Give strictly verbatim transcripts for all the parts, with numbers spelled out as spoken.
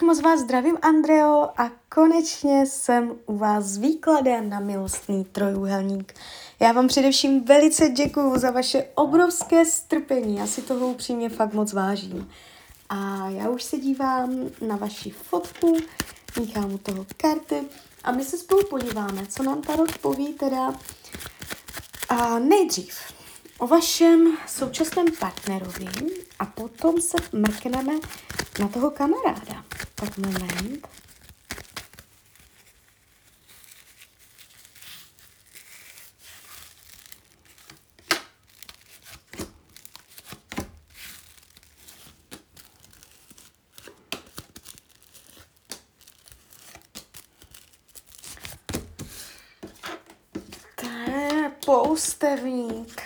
moc vás zdravím, Andreo, a konečně jsem u vás s výkladem na milostný trojúhelník. Já vám především velice děkuju za vaše obrovské strpení, já si toho upřímně fakt moc vážím. A já už se dívám na vaši fotku, míchám u toho karty a my se spolu podíváme, co nám tarot poví teda a nejdřív o vašem současném partnerovi a potom se mrkneme na toho kamaráda. Tak moment. To je poustevník.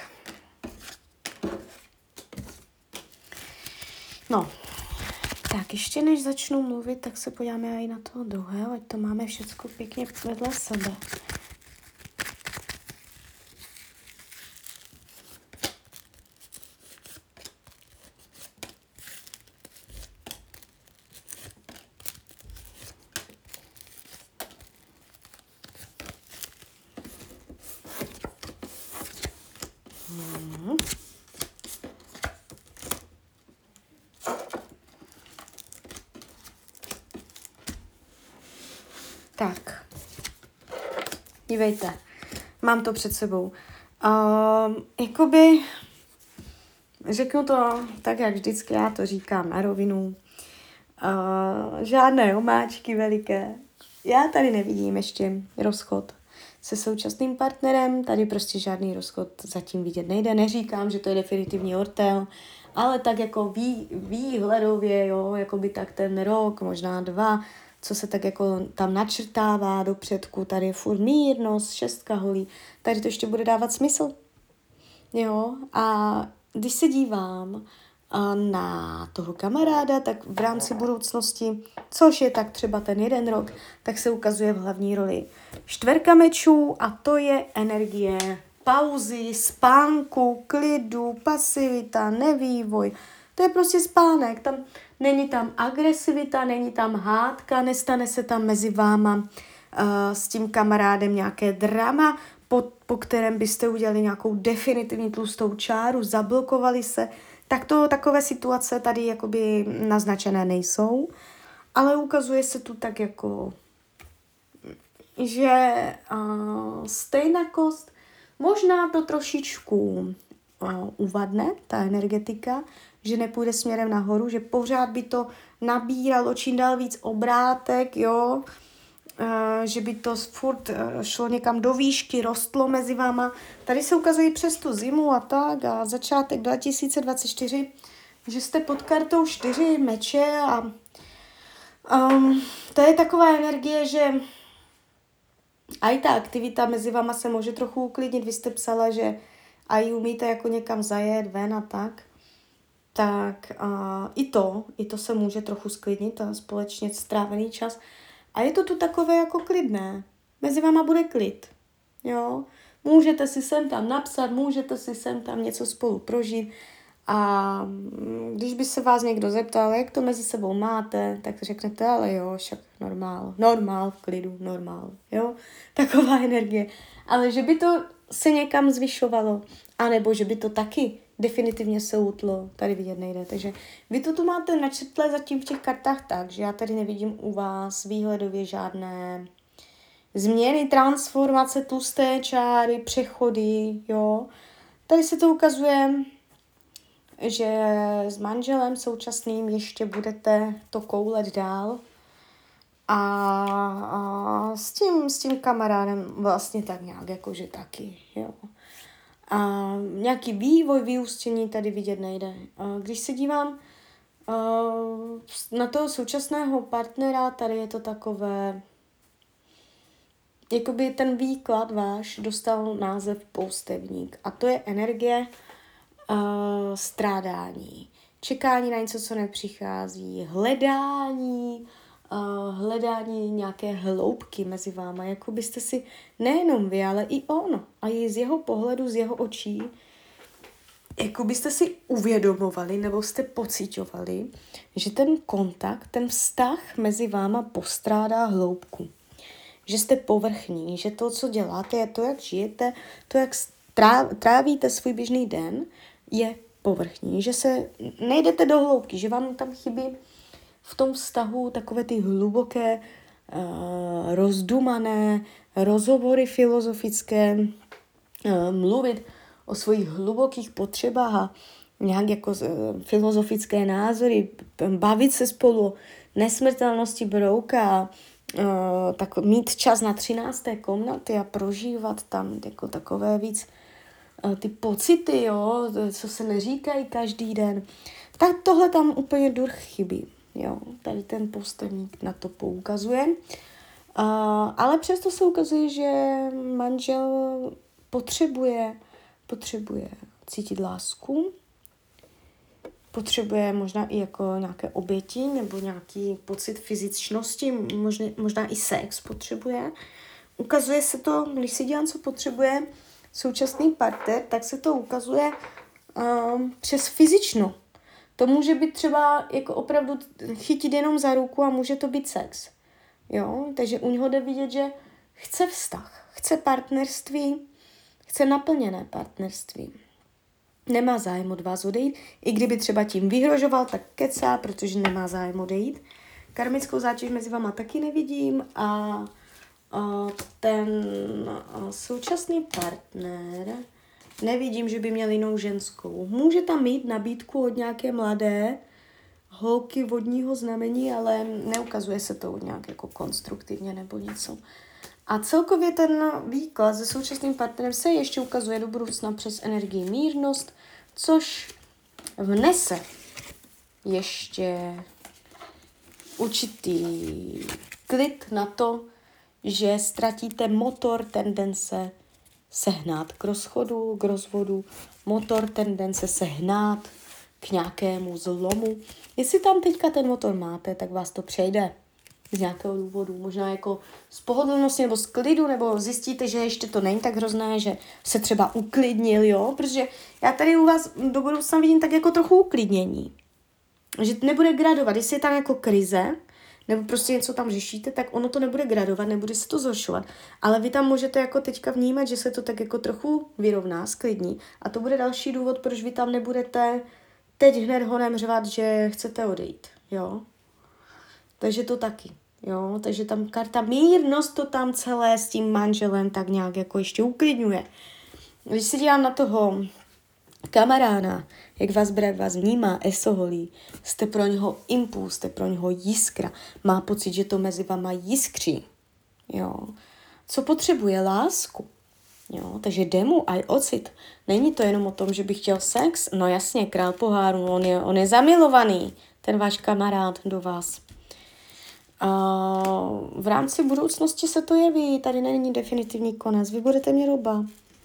No, tak ještě než začnu mluvit, tak se podíváme i na toho druhého, ať to máme všecko pěkně vedle sebe. Hmm. Tak, dívejte, mám to před sebou. Uh, jakoby, řeknu to tak, jak vždycky já to říkám na rovinu. Uh, žádné omáčky veliké. Já tady nevidím ještě rozchod se současným partnerem, tady prostě žádný rozchod zatím vidět nejde. Neříkám, že to je definitivní ortel, ale tak jako vý, výhledově, jo, jako by tak ten rok, možná dva, co se tak jako tam načrtává do předku, tady je furt mírnost, šestka holí, tady to ještě bude dávat smysl. Jo, a když se dívám na toho kamaráda, tak v rámci budoucnosti, což je tak třeba ten jeden rok, tak se ukazuje v hlavní roli čtverka mečů a to je energie pauzy, spánku, klidu, pasivita, nevývoj. To je prostě spánek, tam není tam agresivita, není tam hádka, nestane se tam mezi váma uh, s tím kamarádem nějaké drama, po, po kterém byste udělali nějakou definitivní tlustou čáru, zablokovali se. Tak to takové situace tady jakoby naznačené nejsou, ale ukazuje se tu tak jako, že uh, stejnakost, možná to trošičku uh, uvadne, ta energetika, že nepůjde směrem nahoru, že pořád by to nabíralo čím dál víc obrátek, jo, uh, že by to furt uh, šlo někam do výšky, rostlo mezi váma. Tady se ukazuje přes tu zimu a tak a začátek dva tisíce dvacet čtyři, že jste pod kartou čtyři meče a um, to je taková energie, že a i ta aktivita mezi váma se může trochu uklidnit. Vy jste psala, že a i umíte jako někam zajet ven a tak. Tak uh, i to, i to se může trochu sklidnit a společně strávený čas. A je to tu takové jako klidné. Mezi váma bude klid. Jo? Můžete si sem tam napsat, můžete si sem tam něco spolu prožít. A když by se vás někdo zeptal, jak to mezi sebou máte, tak řeknete, ale jo, však normál, normál, v klidu, normál, jo, taková energie. Ale že by to se někam zvyšovalo, anebo že by to taky definitivně se utlo, tady vidět nejde. Takže vy to tu máte načrtlé zatím v těch kartách tak, že já tady nevidím u vás výhledově žádné změny, transformace, tlusté čáry, přechody, jo. Tady se to ukazuje, že s manželem současným ještě budete to koulet dál a, a s, tím, s tím kamarádem vlastně tak nějak jakože taky, jo. A nějaký vývoj, vyústění tady vidět nejde. A když se dívám a, na toho současného partnera, tady je to takové, jakoby ten výklad váš dostal název poustevník a to je energie Uh, strádání, čekání na něco, co nepřichází, hledání, uh, hledání nějaké hloubky mezi váma, jako byste si nejenom vy, ale i on, a i z jeho pohledu, z jeho očí, jako byste si uvědomovali nebo jste pociťovali, že ten kontakt, ten vztah mezi váma postrádá hloubku. Že jste povrchní, že to, co děláte, je to, jak žijete, to, jak trávíte svůj běžný den, je povrchní. Že se nejdete do hloubky, že vám tam chybí v tom vztahu takové ty hluboké, uh, rozdumané rozhovory filozofické, uh, mluvit o svých hlubokých potřebách a nějak jako uh, filozofické názory, bavit se spolu o nesmrtelnosti brouka, uh, tak mít čas na třinácté komnaty a prožívat tam jako takové víc uh, ty pocity, jo, co se neříkají každý den. Tak tohle tam úplně dur chybí. Jo, tady ten posterník na to poukazuje. Uh, ale přesto se ukazuje, že manžel potřebuje, potřebuje cítit lásku, potřebuje možná i jako nějaké oběti nebo nějaký pocit fyzičnosti, možná, možná i sex potřebuje. Ukazuje se to, když si dělám, co potřebuje současný partner, tak se to ukazuje um, přes fyzično. To může být třeba jako opravdu chytit jenom za ruku a může to být sex. Jo? Takže u něho jde vidět, že chce vztah, chce partnerství, chce naplněné partnerství. Nemá zájem od vás odejít, i kdyby třeba tím vyhrožoval, tak kecá, protože nemá zájem odejít. Karmickou zátěž mezi váma taky nevidím a, a ten a současný partner nevidím, že by měl jinou ženskou. Může tam mít nabídku od nějaké mladé holky vodního znamení, ale neukazuje se to nějak jako konstruktivně nebo něco. A celkově ten výklad se současným partnerem se ještě ukazuje do budoucna přes energii mírnost, což vnese ještě určitý klid na to, že ztratíte motor tendence sehnát k rozchodu, k rozvodu, motor tendence sehnát k nějakému zlomu. Jestli tam teďka ten motor máte, tak vás to přejde z nějakého důvodu. Možná jako z pohodlnosti nebo z klidu, nebo zjistíte, že ještě to není tak hrozné, že se třeba uklidnil, jo? Protože já tady u vás do budoucna vidím tak jako trochu uklidnění. Že nebude gradovat. Jestli je tam jako krize, nebo prostě něco tam řešíte, tak ono to nebude gradovat, nebude se to zhoršovat. Ale vy tam můžete jako teďka vnímat, že se to tak jako trochu vyrovná, sklidní. A to bude další důvod, proč vy tam nebudete teď hned honem řvat, že chcete odejít, jo. Takže to taky, jo. Takže tam karta mírnost to tam celé s tím manželem tak nějak jako ještě uklidňuje. Když se dívám na toho kamaráda, jak vás bere, jak vás vnímá, esoholí, jste pro něho impuls, jste pro něho jiskra, má pocit, že to mezi váma jiskří, jo. Co potřebuje? Lásku, jo. Takže jde mu aj ocit. Není to jenom o tom, že by chtěl sex, no jasně, král poháru, on je, on je zamilovaný, ten váš kamarád do vás. A v rámci budoucnosti se to jeví, tady není definitivní konec, vy budete mít oba.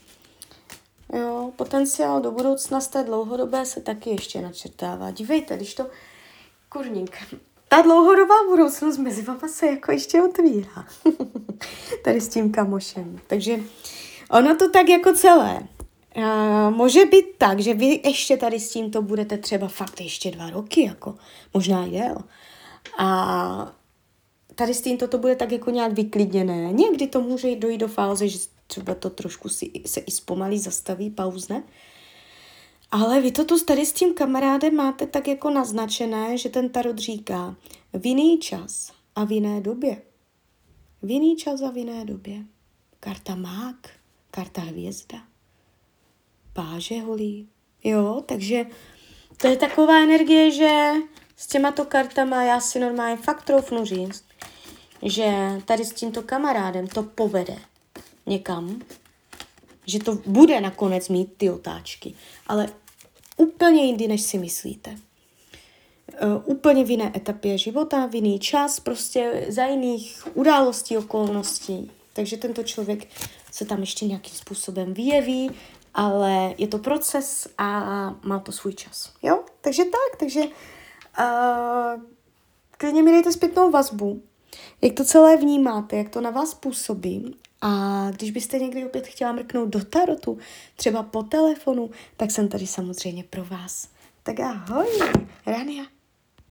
Jo, potenciál do budoucna z té dlouhodobé se taky ještě načrtává. Dívejte, když to, kurník, ta dlouhodobá budoucnost mezi váma se jako ještě otvírá. Tady s tím kamošem. Takže ono to tak jako celé. A může být tak, že vy ještě tady s tímto budete třeba fakt ještě dva roky, jako možná jel. A tady s tímto to bude tak jako nějak vyklidněné. Někdy to může dojít do fáze, že třeba to trošku si, se i zpomalí, zastaví, pauzne. Ale vy to tu tady s tím kamarádem máte tak jako naznačené, že ten tarot říká v jiný čas a v jiné době. V jiný čas a v jiné době. Karta mák, karta hvězda, páže holí. Jo, takže to je taková energie, že s těmato kartama já si normálně fakt troufnu říct, že tady s tímto kamarádem to povede někam, že to bude nakonec mít ty otáčky, ale úplně jindy, než si myslíte. Uh, úplně v jiné etapě života, v jiný čas, prostě za jiných událostí, okolností. Takže tento člověk se tam ještě nějakým způsobem vyjeví, ale je to proces a má to svůj čas. Jo? Takže tak, takže uh, klidně mi dejte zpětnou vazbu, jak to celé vnímáte, jak to na vás působí A když byste někdy opět chtěla mrknout do tarotu, třeba po telefonu, tak jsem tady samozřejmě pro vás. Tak ahoj, Rania.